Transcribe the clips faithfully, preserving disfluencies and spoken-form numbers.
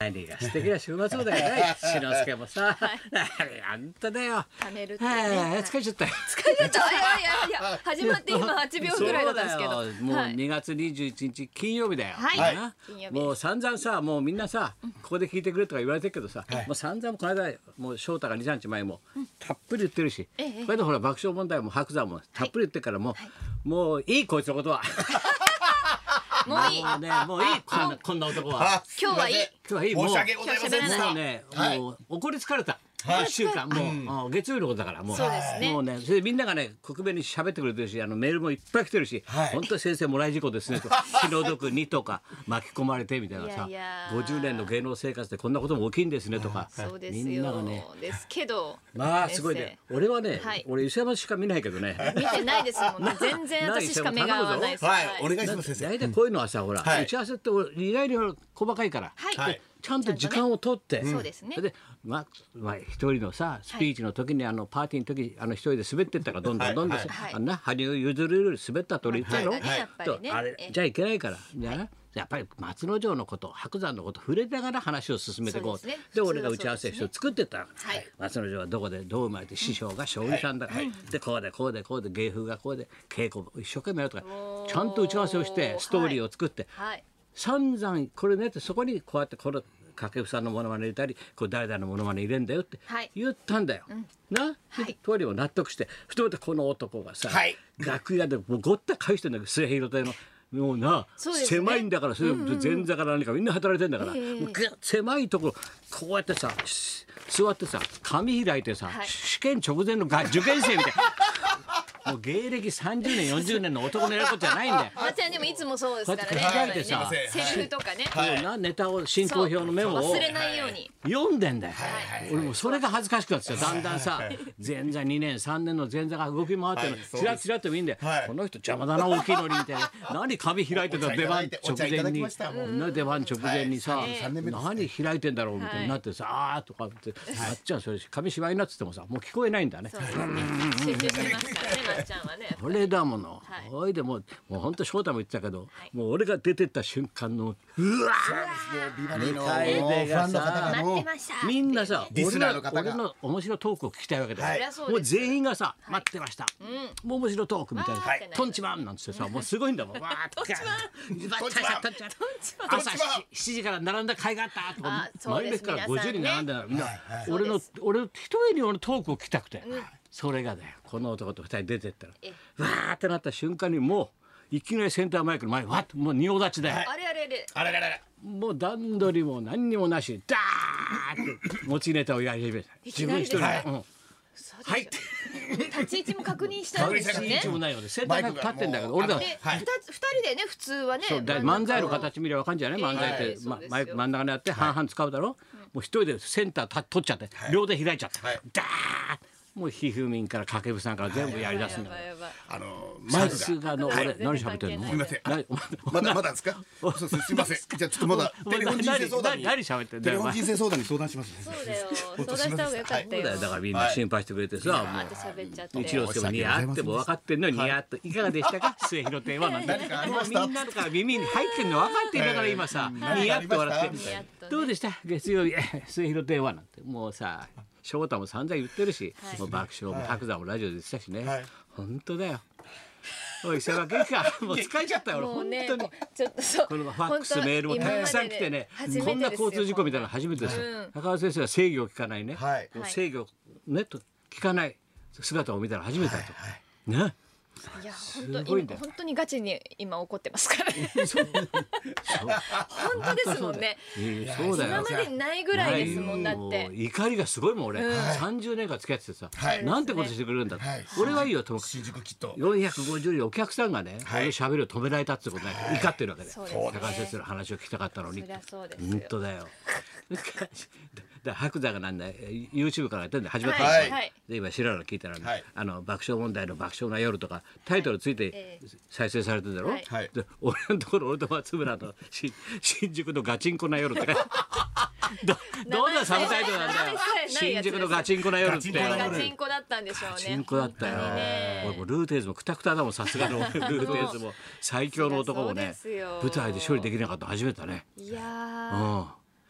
何が素敵な週末だよね。志の輔もさ、あんただよ。 貯めるってね。 疲れちゃったよ。 疲れちゃった。いやいやいや、始まって今はちびょうぐらいだったんですけど。 もうにがつにじゅういちにち金曜日だよ。 はい。 もう散々さ、もうみんなさ、ここで聞いてくれとか言われてるけどさ、もう散々この間もう翔太がに、さんにちまえもたっぷり言ってるし、これでほら爆笑問題も白山もたっぷり言ってるからもうもういいこいつのことは。 もういい。 もうね、もういいこんなこんな男は。 今日はいい。 今日はいい。 申し訳ございませんでした。 もうね、もう怒り疲れた。一週間もう月曜日のことだからもうそうですね。 もうね、それでみんながね国弁に喋ってくれてるし、あのメールもいっぱい来てるし、本当に先生もらい事故ですねと気の毒にとか巻き込まれてみたいなさ、ごじゅうねんの芸能生活でこんなことも起きんですねとか、みんながねですけど、 まあすごいね。俺はね、俺伊勢山しか見ないけどね。 見てないですもんね。全然私しか目が合わないです。 はい、お願いします先生。 大体こういうのはさ、ほら打ち合わせって意外に細かいから。 はい。 ちゃんと時間を取って、 そうですね。 で、まあ、まあ、一人のさ、スピーチの時に、あのパーティーの時、あの一人で滑ってったから、どんどんどんどん、あんな羽生結弦より滑ったと俺言ったの。あれ、じゃいけないから、じゃやっぱり松之丞のこと、白山のこと触れながら話を進めていこう。で、俺が打ち合わせして作ってった松之丞はどこでどう生まれて、師匠が将棋さんだから、で、こうでこうでこうで芸風がこうで稽古一生懸命やるとか、ちゃんと打ち合わせをしてストーリーを作って。散々これねってそこにこうやってこの掛布さんのモノマネ入れたりこう誰々のモノマネ入れんだよって言ったんだよ。な、トリも納得してふとまたこの男がさ、楽屋でもうごった返してんだけど末広亭の。もうな狭いんだからそれ前座から何かみんな働いてんだから狭いところこうやってさ座ってさ髪開いてさ試験直前の受験生みたいな。もう芸歴さんじゅうねんよんじゅうねんの男のやることじゃないんだよ。 まっちゃんでもいつもそうですからね。 開いてさセリフとかね。 なネタを進行表のメモを忘れないように読んでんだよ。俺もそれが恥ずかしくなってだんだんさ前座にねんさんねんの前座が動き回ってるのチラチラと見んでこの人邪魔だな大きいのにみたいな。何髪開いてた出番直前に出番直前にさ何開いてんだろうみたいになってさあーとかってまっちゃんそれ髪しわいなっつってもさもう聞こえないんだね。 集中してますからねまっちゃんはね。 これだもの。おいでももう本当翔太も言ってたけどもう俺が出てった瞬間のうわビバリーのファンの方がもうみんなさ俺の面白トークを聞きたいわけだよ。もう全員がさ待ってましたもう面白トークみたいなトンチマンなんつってさもうすごいんだもん。トンチマン朝しちじから並んだ甲斐があったとか前の日からごじゅうにん並んでみんな俺の俺一重に俺のトークを聞きたくてそれがだよこの男と二人出てったらわーってなった瞬間にもういきなりセンターマイクの前にわっともう仁王立ちであれあれあれあれあれもう段取りも何にもなしダーッと持ちネタをやり始めた自分一人ではい立ち位置も確認したんですよね。 立ち位置もないよねセンターマイク立ってんだけど俺だ二人でね普通はね漫才の形見ればわかんじゃない漫才って真ん中にあって半々使うだろもう一人でセンター取っちゃって両手開いちゃったダーッもうひふみんから掛布さんから全部やりだすんだから。 あのさすがの俺何喋ってんの？ すみません。まだまだですか？そうすみません。じゃあちょっとまだテレフォン人生相談に何喋ってんだよ。 テレフォン人生相談に相談します。 そうだよ。相談した方がよかったよ。 だからみんな心配してくれてさ、もう一之輔も似合っても分かってんのに似合っていかがでしたか？末広亭はなんて。みんなから耳に入ってんの分かってんだから今さ似合って笑ってどうでした月曜日末広亭はなんてもうさ。翔太も散々言ってるし、はい、もう爆笑も白山もラジオで言ってたしね、はい、本当だよ。おい、世話元気か、もう疲れちゃったよ、俺、本当に。ちょっとそう。このファックスメールもたくさん来てね、こんな交通事故みたいなの初めてですよ。うん、高橋先生は制御を聞かないね、はい、制御ねと聞かない姿を見たら初めてだと。はいはい、ね。 いや本当に本当にガチに今怒ってますからね。本当ですもんね。 そうだよ。 今までにないぐらいですもんだって。 怒りがすごいもん俺。三十年間付き合っててさ、なんてことしてくれるんだ。俺はいいよともかく。よんひゃくごじゅうにんお客さんがね、俺喋るを止められたってことない。怒ってるわけで。高橋先生の話を聞きたかったのに。本当だよ。白山がなんだ YouTube からやってんで始まったんですよ。で今白原聞いたらあの爆笑問題の爆笑な夜とかタイトルついて再生されてるだろ。で俺のところ俺と松村の新宿のガチンコな夜ってどどんなサブタイトルなんだよ。新宿のガチンコな夜ってガチンコだったんでしょうね。 ガチンコだったよ。俺もルーテーズもクタクタだもんさすがのルーテーズも最強の男もね舞台で処理できなかった初めてだね。 いや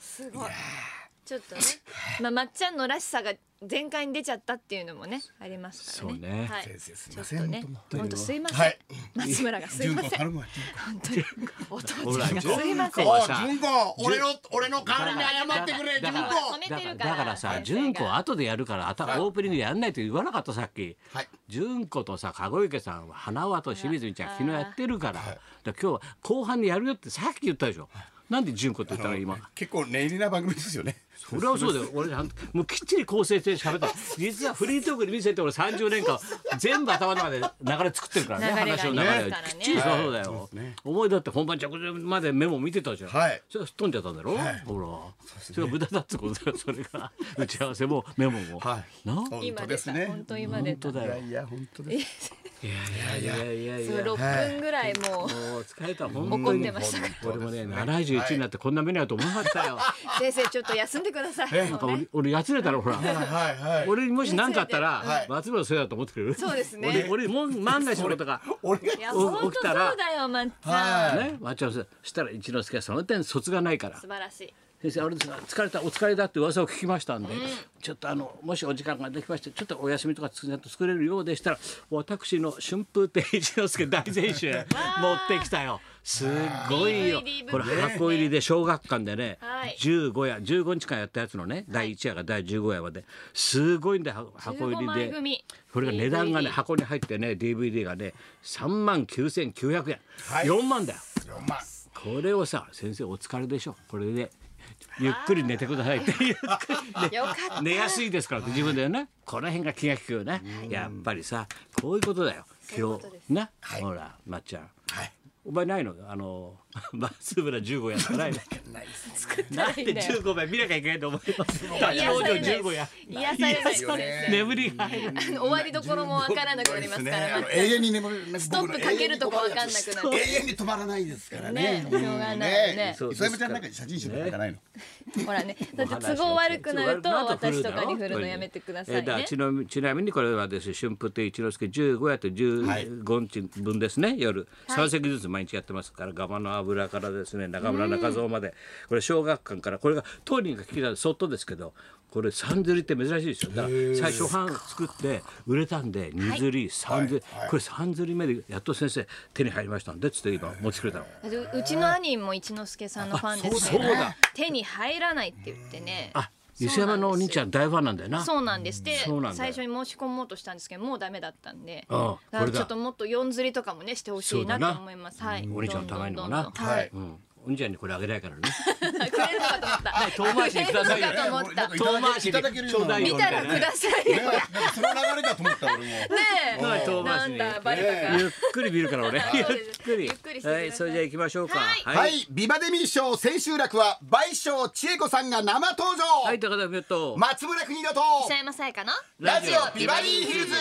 すごい。ちょっとね、まあまっちゃんのらしさが全開に出ちゃったっていうのもねありますからね。 そうね。 はい。 先生すいちょっません。 とね、本当すいません。 はい。 松村がすいません。 純子頼むわ。 本当にお父ほらちゃんがすいません。 純子はさ純子、俺の俺の代わりに謝ってくれ、純だから子。 褒めてるだからからさ、 先生が純子後でやるからあたはいオープニングやんないと言わなかったさっき。 はい。 純子とさ籠池さんは花輪と清水美ちゃん昨日やってるから。だから今日は後半にやるよってさっき言ったでしょ。なんで純子って言ったの今。 結構念入りな番組ですよね。 それはそうだよ。俺もうきっちり構成して喋った。実はフリートークで見せて俺さんじゅうねんかん全部頭の中で流れ作ってるからね。 流れが話の流れありますからねきっちりそうだよ。 そうですね思いだって本番直前までメモ見てたじゃん。 はいそれがすっ飛んじゃったんだろ。 はいほら。それが無駄だってことだよ。それが打ち合わせもメモも。 はいな。 本今出た。 当ですね。 本当今出た。 本当だよ。 いやいや本当です。 いやいやいやいやいや。 そうろっぷんぐらいもうもう疲れた本当に。 怒ってましたから。 俺もねななじゅういちになってこんな目に遭うと思わなかったよ。 先生ちょっと休んでください。 なんか俺俺やつれたらほら。 はいはい。 俺にもし何かあったらはい松村のせいだと思ってくれる。 そうですね俺俺もう万が一のことが俺がいやお本当そう起きたらだよまっちゃん。 はい。 ね待ち合わせしたら一之輔はその点卒がないから素晴らしい。 先生あれですが疲れたお疲れだって噂を聞きましたんで、ちょっとあのもしお時間ができましてちょっとお休みとかつ作れるようでしたら私の春風亭一之輔大全集持ってきたよ。すごいよディーブイディーこれ箱入りで小学館でね、 はいじゅうごやじゅうごにちかんやったやつのね、だいいちやがだいじゅうごやまですごいんだよ箱入じゅうごまいりで組これが値段がねディーブイディー箱に入ってね ディーブイディー がねさんまんきゅうせんきゅうひゃくえん、 はいよんまんだよ。 よんまん。 これをさ先生お疲れでしょこれでゆっくり寝てくださいってゆっくりねよかった寝やすいですからって自分でねこの辺が気が利くよね。やっぱりさこういうことだよ今日ね、 はいほらまっちゃんはい。 お前ないのあの松村じゅうごやとかないのないです。 作ったなんでらいいんだよ。 じゅうごばい見なきゃいけないと思います癒されないじゅうごや癒されないよね眠りが入るあの終わりどころもわからなくなりますから、 あのまっちゃん永遠に眠る。 ストップかけるとこわかんなくなっちゃう。 永遠に止まらないですからね。 ねしょうがないねそう磯山ちゃんなんか写真集とかじゃないの。 ほらね、だって都合悪くなると私とかに振るのやめてくださいね。 えーだからちのちなみにこれはですね春風亭一之輔じゅうごやとじゅうごにちぶんですね、夜さん席ずつ毎日やってますから、ガマの油からですね中村中蔵までこれ小学館からこれが当人が聞いたそっとですけどこれさん釣りって珍しいですよ。だから最初版作って売れたんでに釣りさん釣りこれさん釣り目でやっと先生手に入りましたんでつって今持ちくれたの。 うちの兄も一之輔さんのファンですけどあそうだ手に入らないって言ってね。 あ磯山のお兄ちゃん大ファンなんだよな。 そうなんです。でそうなんだよ最初に申し込もうとしたんですけどもうダメだったんで、 ああだからこれだちょっともっと四釣りとかもねしてほしいなと思います。はい。 お兄ちゃんの高いのかなどんどんどんどんはい。 うんお兄ちゃんにこれあげないからね。 くれるのかと思った。 遠回しにくださいよくれるのかと思った。ね遠回しにちょうだいよ見たらくださいよ。 ね、なんかその流れだと思った俺も。 ねはい遠え。な回しにんだバレたか。 ゆっくり見るから俺ゆっくりゆっくりしてくださいはいそれじゃあ行きましょうか。 はいはい、ビバデミー賞千秋楽は倍賞千恵子さんが生登場。 はい高田文夫と松村邦洋と磯山さやかのラジオビバリーヒルズ。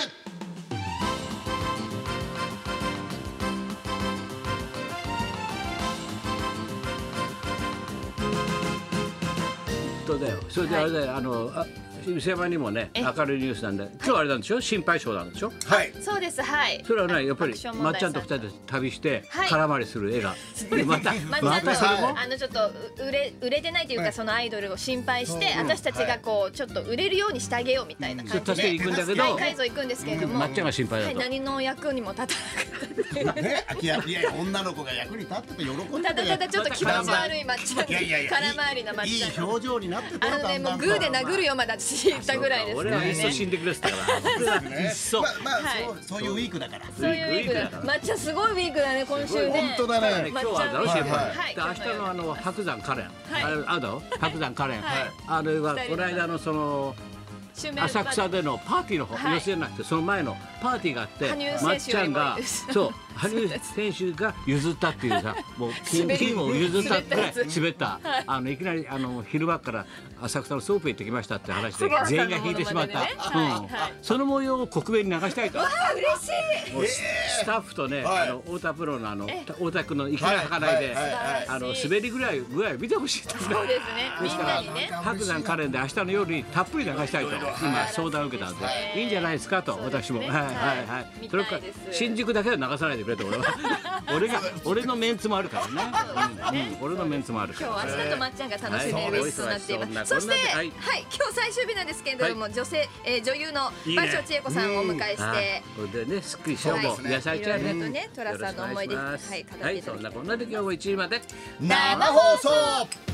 本当だよ。それであれだよあのあ伊勢山にもねえ明るいニュースなんで今日あれなんでしょ心配性なんでしょ。 はい。 そうですはい。 それはねやっぱり爆笑問題まっちゃんと二人で旅してはい空回りする絵がでまたまあ、 まちゃんとたそれもあのちょっと売れ売れてないというか、 はいそのアイドルを心配して、私たちがこうちょっと売れるようにしてあげようみたいな感じ助けにで、 行くんだけどはい、改造行くんですけれども、 まっちゃんが心配だはい、 と。 何の役にも立たなくね、いやいやいや女の子が役に立ってて喜んでただただちょっと気持ち悪いまっちゃんいやいやいや空回りなまっいちゃんい表情になってたらあのねもうグーで殴るよまで私言ったぐらいですから俺はいっそ死ね。 んでくれって言ったから俺はいっそまあまあ、 はいそうそういうウィークだから。 そういうウィークだ。まっちゃんすごいウィークだね今週ね。 本当だね。 今日はだろ心はい配で明日のあの白山カレンはいあれ会うだろ白山カレンはいあれは二人この間のその襲名浅草でのパーティーの方はい寄せじゃなくてその前のパーティーがあって羽生まっ選手よりもちゃんがそう羽生選手が譲ったっていうさもう金滑り金を譲ったって滑ったやつ滑ったあのいきなりあの昼間から浅草のソープへ行ってきましたって話で杉原さんの全員が引いてしまったモノマネでねはいうんはいその模様を国名に流したいと。 あ嬉しい。 もうススタッフとね、 はいあの太田プロのあのえ太田君の息がはかないで、 はいはいはいあの滑りぐらいぐらい見てほしいですね。 そうですねみんですからなにね。 白山カレンで明日の夜にたっぷり流したいと今相談を受けたんでいいんじゃないですかと私も、 ねははいはい。それから新宿だけは流さないでくれと俺は。俺が俺のメンツもあるからね。俺のメンツもあるから。 今日明日とまっちゃんが楽しめる演出となっています。そしてはい今日最終日なんですけれども女性女優の倍賞千恵子さんをお迎えして、 これでねすっきりしようも野菜ちゃんね。 トラさんの思い出はい語っていただきます。 はいそんなこんなで今日もいちじまで生放送。